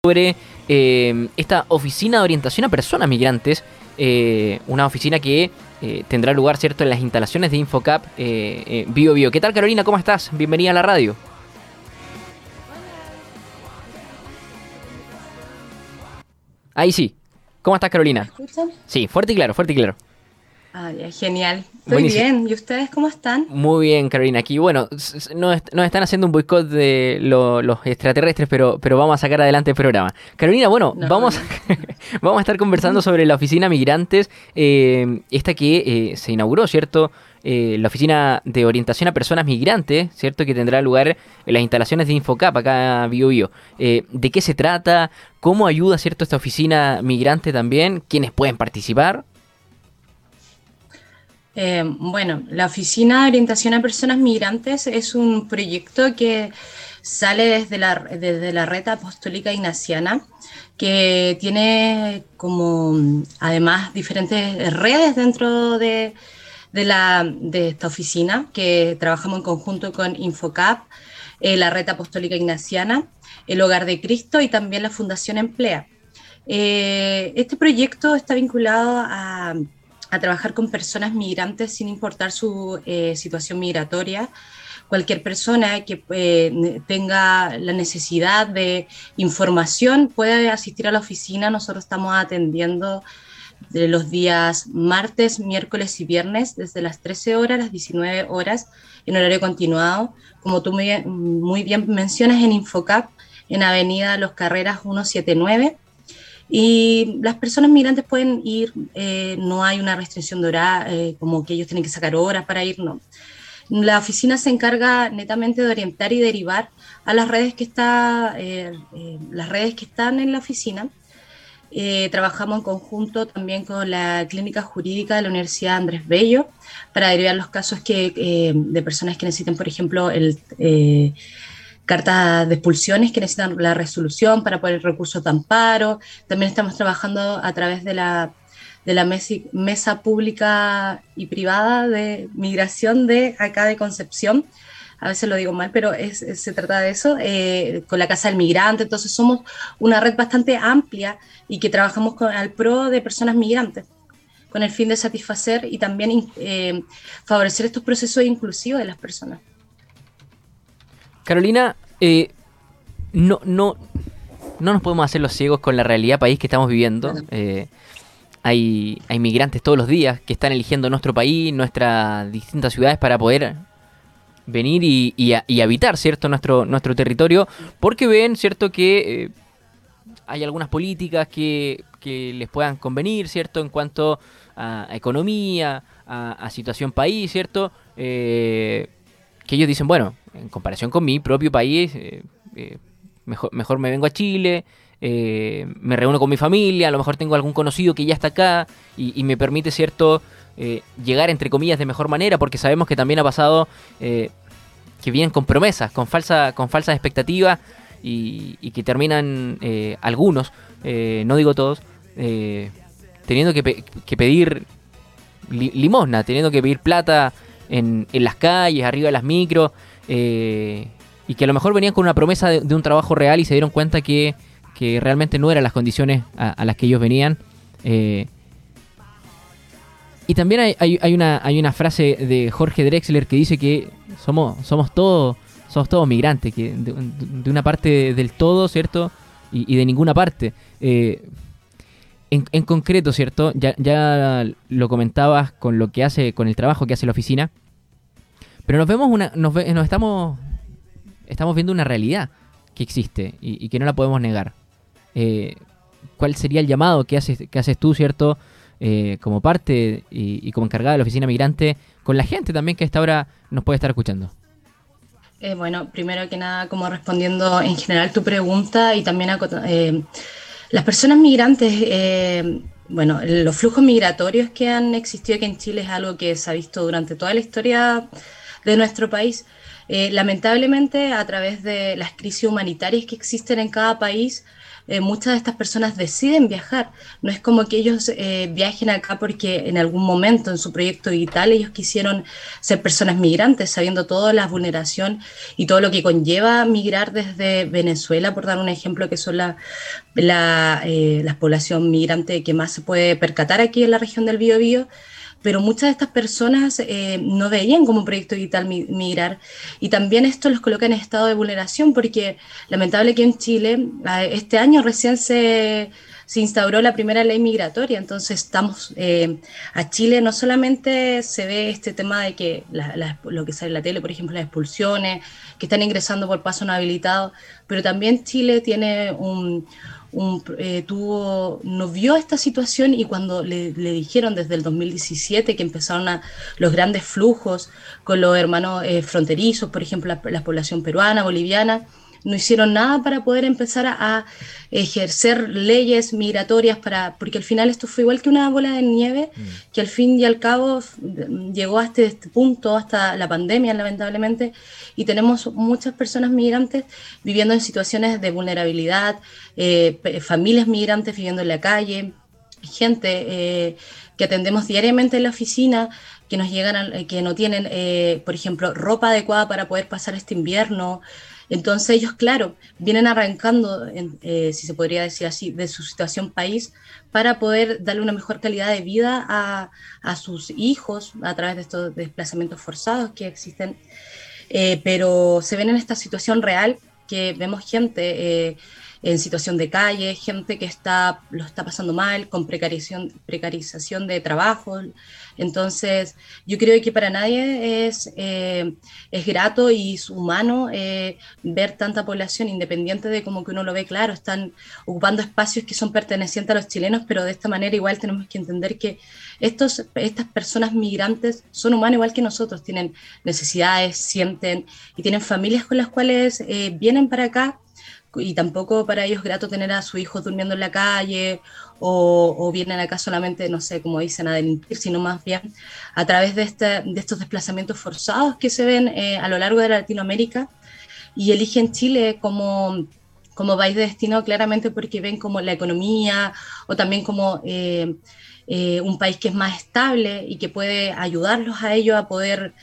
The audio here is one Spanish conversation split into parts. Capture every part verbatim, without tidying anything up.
sobre eh, esta oficina de orientación a personas migrantes, eh, una oficina que eh, tendrá lugar, ¿cierto?, en las instalaciones de Infocap eh, eh, Bio Bio. ¿Qué tal, Carolina? ¿Cómo estás? Bienvenida a la radio. Ahí sí. ¿Cómo estás, ¿Me Carolina? escuchan? Sí, fuerte y claro, fuerte y claro. Ah, ya, genial. Estoy Buenísimo. bien. ¿Y ustedes cómo están? Muy bien, Carolina. Aquí, bueno, s- s- nos, est- nos están haciendo un boicot de lo- los extraterrestres, pero, pero vamos a sacar adelante el programa. Carolina, bueno, No, vamos, no. vamos a estar conversando sobre la oficina Migrantes, eh, esta que eh, se inauguró, ¿cierto? Eh, la oficina de orientación a personas migrantes, ¿cierto? Que tendrá lugar en las instalaciones de Infocap, acá en Bio Bio. Eh, ¿de qué se trata? ¿Cómo ayuda, ¿cierto?, esta oficina migrante también? ¿Quiénes pueden participar? Eh, bueno, la Oficina de Orientación a Personas Migrantes es un proyecto que sale desde la, desde la Red Apostólica Ignaciana, que tiene como además diferentes redes dentro de, de, la, de esta oficina, que trabajamos en conjunto con Infocap, eh, la Red Apostólica Ignaciana, el Hogar de Cristo y también la Fundación Emplea. Eh, este proyecto está vinculado a, a, trabajar con personas migrantes sin importar su eh, situación migratoria. Cualquier persona que eh, tenga la necesidad de información puede asistir a la oficina. Nosotros estamos atendiendo de los días martes, miércoles y viernes desde las trece horas a las diecinueve horas en horario continuado. Como tú muy, muy bien mencionas, en Infocap, en Avenida Los Carreras ciento setenta y nueve. Y las personas migrantes pueden ir, eh, no hay una restricción de hora, eh, como que ellos tienen que sacar horas para ir, no. La oficina se encarga netamente de orientar y derivar a las redes que, está, eh, eh, las redes que están en la oficina. Eh, trabajamos en conjunto también con la Clínica Jurídica de la Universidad Andrés Bello para derivar los casos que, eh, de personas que necesiten, por ejemplo, el... Eh, cartas de expulsiones que necesitan la resolución para poder recursos de amparo. También estamos trabajando a través de la, de la mesa, mesa pública y privada de migración de acá de Concepción. A veces lo digo mal, pero es, es, se trata de eso, eh, con la Casa del Migrante. Entonces somos una red bastante amplia y que trabajamos con, al pro de personas migrantes, con el fin de satisfacer y también eh, favorecer estos procesos inclusivos de las personas. Carolina, eh, no, no, no nos podemos hacer los ciegos con la realidad país que estamos viviendo. Claro. Eh, hay, hay migrantes todos los días que están eligiendo nuestro país, nuestras distintas ciudades para poder venir y, y, y habitar, ¿cierto?, nuestro, nuestro territorio, porque ven, ¿cierto?, que eh, hay algunas políticas que, que les puedan convenir, ¿cierto?, en cuanto a, a economía, a, a situación país, ¿cierto?, eh, que ellos dicen, bueno, en comparación con mi propio país, eh, eh, mejor, mejor me vengo a Chile, eh, me reúno con mi familia, a lo mejor tengo algún conocido que ya está acá y, y me permite, cierto, eh, llegar, entre comillas, de mejor manera, porque sabemos que también ha pasado eh, que vienen con promesas, con, falsa, con falsas expectativas y, y que terminan eh, algunos, eh, no digo todos, eh, teniendo que, pe que pedir li limosna, teniendo que pedir plata en, en las calles, arriba de las micros, eh, y que a lo mejor venían con una promesa de, de un trabajo real y se dieron cuenta que, que realmente no eran las condiciones a, a las que ellos venían. Eh, y también hay, hay, hay, una, hay una frase de Jorge Drexler que dice que somos, somos todos somos todos migrantes, que de, de una parte del todo, ¿cierto? Y, y de ninguna parte. Eh, en, en concreto, ¿cierto? Ya, ya lo comentabas con lo que hace, con el trabajo que hace la oficina. Pero nos vemos una, nos, ve, nos estamos, estamos viendo una realidad que existe y, y que no la podemos negar. Eh, ¿Cuál sería el llamado que haces, que haces tú, cierto? Eh, como parte y, y como encargada de la oficina migrante, con la gente también que a esta hora nos puede estar escuchando. Eh, bueno, primero que nada, como respondiendo en general tu pregunta y también a, eh, las personas migrantes, eh, bueno, los flujos migratorios que han existido aquí en Chile es algo que se ha visto durante toda la historia de nuestro país. Eh, lamentablemente, a través de las crisis humanitarias que existen en cada país, eh, muchas de estas personas deciden viajar. No es como que ellos eh, viajen acá porque en algún momento en su proyecto vital ellos quisieron ser personas migrantes, sabiendo toda la vulneración y todo lo que conlleva migrar desde Venezuela, por dar un ejemplo, que son la, la, eh, la población migrante que más se puede percatar aquí en la región del Biobío. Pero muchas de estas personas eh, no veían como proyecto vital migrar, y también esto los coloca en estado de vulneración, porque lamentable que en Chile este año recién se, se instauró la primera ley migratoria. Entonces estamos eh, a Chile no solamente se ve este tema de que la, la, lo que sale en la tele, por ejemplo, las expulsiones, que están ingresando por paso no habilitado, pero también Chile tiene un... Un, eh, tuvo, no vio esta situación, y cuando le, le dijeron desde el dos mil diecisiete que empezaron a, los grandes flujos con los hermanos eh, fronterizos, por ejemplo, la, la población peruana, boliviana, no hicieron nada para poder empezar a, a ejercer leyes migratorias, para, porque al final esto fue igual que una bola de nieve, mm. que al fin y al cabo llegó hasta este punto, hasta la pandemia, lamentablemente, y tenemos muchas personas migrantes viviendo en situaciones de vulnerabilidad, eh, familias migrantes viviendo en la calle, gente eh, que atendemos diariamente en la oficina, que nos llegan, a, que no tienen, eh, por ejemplo, ropa adecuada para poder pasar este invierno. Entonces ellos, claro, vienen arrancando, en, eh, si se podría decir así, de su situación país, para poder darle una mejor calidad de vida a, a sus hijos a través de estos desplazamientos forzados que existen. Eh, pero se ven en esta situación real, que vemos gente eh, en situación de calle, gente que está, lo está pasando mal, con precarización, precarización de trabajo. Entonces, yo creo que para nadie es, eh, es grato y es humano eh, ver tanta población, independiente de cómo que uno lo ve, claro, están ocupando espacios que son pertenecientes a los chilenos, pero de esta manera igual tenemos que entender que estos, estas personas migrantes son humanos igual que nosotros, tienen necesidades, sienten y tienen familias con las cuales eh, vienen para acá, y tampoco para ellos es grato tener a sus hijos durmiendo en la calle, o, o vienen acá solamente, no sé, como dicen, a delinquir, sino más bien a través de, este, de estos desplazamientos forzados que se ven eh, a lo largo de Latinoamérica, y eligen Chile como, como país de destino claramente porque ven como la economía, o también como eh, eh, un país que es más estable y que puede ayudarlos a ellos a poder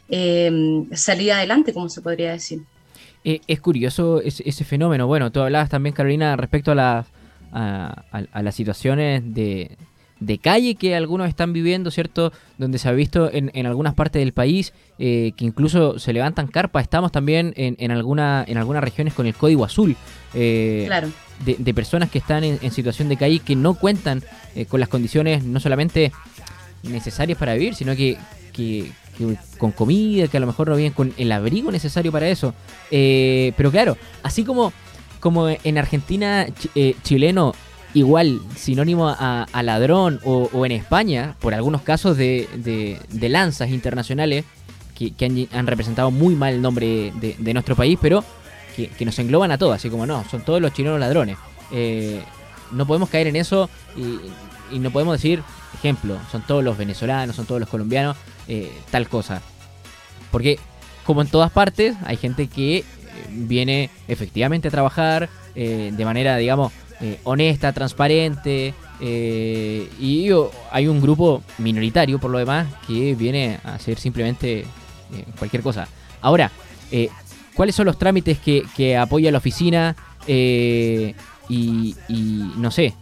eh, salir adelante, como se podría decir. Eh, es curioso ese, ese fenómeno. Bueno, tú hablabas también, Carolina, respecto a, la, a, a, a las situaciones de, de calle que algunos están viviendo, ¿cierto? Donde se ha visto en, en algunas partes del país eh, que incluso se levantan carpas. Estamos también en, en, alguna, en algunas regiones con el código azul. Eh, claro. De, de personas que están en, en situación de calle, que no cuentan eh, con las condiciones no solamente necesarias para vivir, sino que... que con comida, que a lo mejor no vienen con el abrigo necesario para eso. Eh, pero claro, así como, como en Argentina, ch- eh, chileno, igual sinónimo a, a ladrón, o, o en España, por algunos casos de, de, de lanzas internacionales que, que han, han representado muy mal el nombre de, de nuestro país, pero que, que nos engloban a todos, así como no, son todos los chilenos ladrones. Eh, no podemos caer en eso y, y no podemos decir, ejemplo, son todos los venezolanos, son todos los colombianos, eh, tal cosa. Porque, como en todas partes, hay gente que eh, viene efectivamente a trabajar eh, de manera, digamos, eh, honesta, transparente, eh, y oh, hay un grupo minoritario, por lo demás, que viene a hacer simplemente eh, cualquier cosa. Ahora, eh, ¿cuáles son los trámites que, que apoya la oficina? Eh, y, y no sé...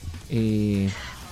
Eh,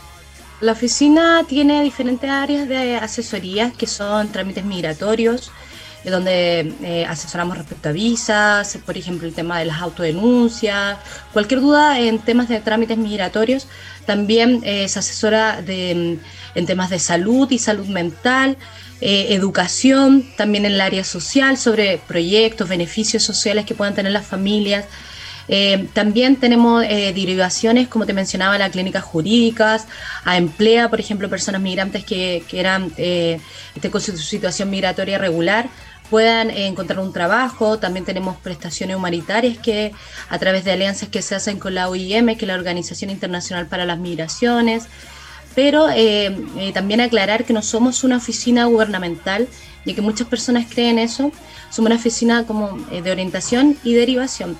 La oficina tiene diferentes áreas de asesorías que son trámites migratorios, eh, donde eh, asesoramos respecto a visas, por ejemplo el tema de las autodenuncias, cualquier duda en temas de trámites migratorios. También eh, se asesora de, en temas de salud y salud mental, eh, educación, también en el área social, sobre proyectos, beneficios sociales que puedan tener las familias. Eh, también tenemos eh, derivaciones, como te mencionaba, a las clínicas jurídicas, a Emplea, por ejemplo, personas migrantes que, que eran eh, este, con su situación migratoria regular puedan eh, encontrar un trabajo. También tenemos prestaciones humanitarias que a través de alianzas que se hacen con la O I M, que es la Organización Internacional para las Migraciones. Pero eh, eh, también aclarar que no somos una oficina gubernamental, ya que muchas personas creen eso. Somos una oficina como eh, de orientación y derivación.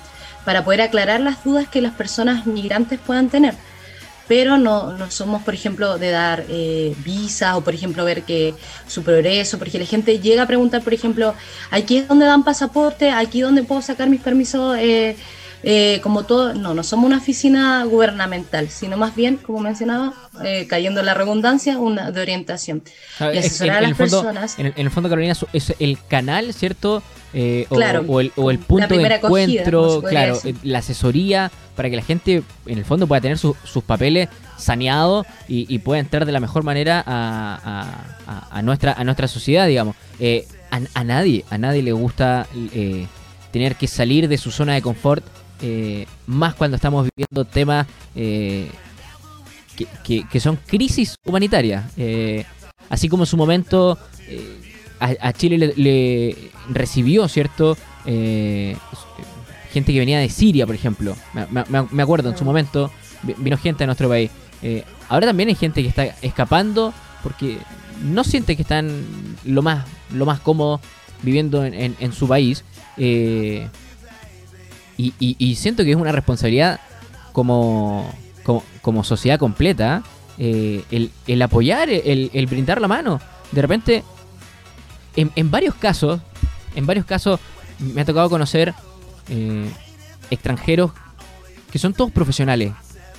para poder aclarar las dudas que las personas migrantes puedan tener. Pero no, no somos, por ejemplo, de dar eh, visas o, por ejemplo, ver que su progreso, porque la gente llega a preguntar, por ejemplo, aquí es donde dan pasaporte, aquí es donde puedo sacar mis permisos, eh, eh, como todo. No, no somos una oficina gubernamental, sino más bien, como mencionaba, eh, cayendo en la redundancia, una de orientación. Ah, Y asesorar en, a en las el fondo, personas. En el, en el fondo, Carolina, es el canal, ¿cierto? Eh, o, Claro, o, el, o el la punto de primera acogida, como encuentro, se podría claro, decir. eh, la asesoría para que la gente, en el fondo, pueda tener su- sus papeles saneados y, y pueda entrar de la mejor manera a, a- a- a nuestra a nuestra sociedad, digamos. Eh, a, a nadie, a nadie le gusta eh, tener que salir de su zona de confort, eh, más cuando estamos viviendo temas eh, que, que- que son crisis humanitarias. Eh, así como en su momento eh, a, a Chile le, le recibió, ¿cierto? Eh, gente que venía de Siria, por ejemplo. Me, me- me acuerdo, en su momento vi- vino gente a nuestro país. Eh, ahora también hay gente que está escapando porque no siente que están lo más, lo más cómodo viviendo en, en- en su país. Eh, y, y- y siento que es una responsabilidad como, como, como sociedad completa, eh, el, el apoyar, el, el brindar la mano. De repente, en, en varios casos, en varios casos me ha tocado conocer eh, extranjeros que son todos profesionales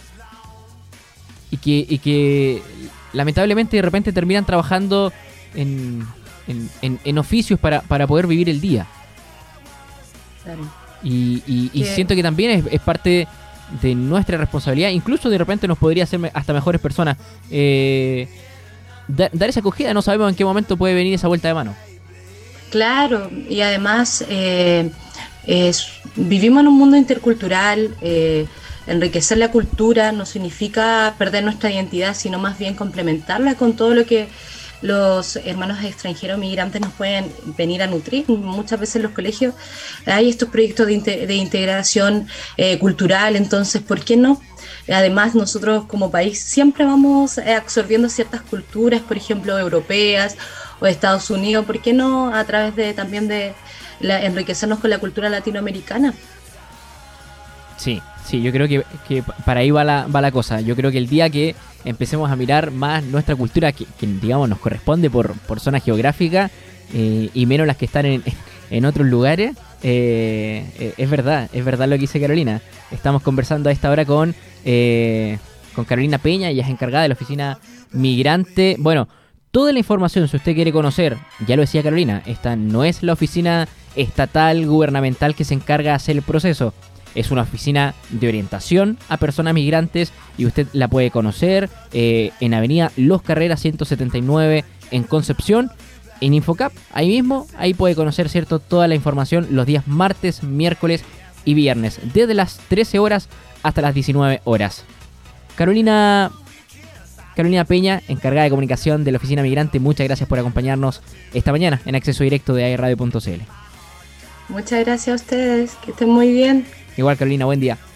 y que, y que lamentablemente de repente terminan trabajando en, en, en- en oficios para, para poder vivir el día. Claro. Y, y- y Que- siento que también es, es parte de nuestra responsabilidad. Incluso de repente nos podría hacer me- hasta mejores personas. Eh, da- dar esa acogida, no sabemos en qué momento puede venir esa vuelta de mano. Claro, y además eh, es- vivimos en un mundo intercultural, eh, enriquecer la cultura no significa perder nuestra identidad, sino más bien complementarla con todo lo que los hermanos extranjeros migrantes nos pueden venir a nutrir. Muchas veces en los colegios hay estos proyectos de, inte- de integración eh, cultural, entonces, ¿por qué no? Además, nosotros como país siempre vamos eh, absorbiendo ciertas culturas, por ejemplo, europeas o de Estados Unidos, ¿por qué no a través de también de la- enriquecernos con la cultura latinoamericana? Sí, sí, yo creo que, que para ahí va la, va la cosa. Yo creo que el día que empecemos a mirar más nuestra cultura, que, que, digamos nos corresponde por, por zona geográfica, eh, y menos las que están en, en otros lugares, eh, eh, es verdad, es verdad lo que dice Carolina. Estamos conversando a esta hora con, eh, con Carolina Peña, ella es encargada de la oficina migrante. Bueno, toda la información, si usted quiere conocer, ya lo decía Carolina, esta no es la oficina estatal gubernamental que se encarga de hacer el proceso. Es una oficina de orientación a personas migrantes y usted la puede conocer eh, en Avenida Los Carreras ciento setenta y nueve en Concepción, en Infocap. Ahí mismo, ahí puede conocer, ¿cierto?, toda la información los días martes, miércoles y viernes, desde las trece horas hasta las diecinueve horas. Carolina, Carolina Peña, encargada de comunicación de la oficina migrante, muchas gracias por acompañarnos esta mañana en Acceso Directo de airradio punto c l. Muchas gracias a ustedes, que estén muy bien. Igual, Carolina, buen día.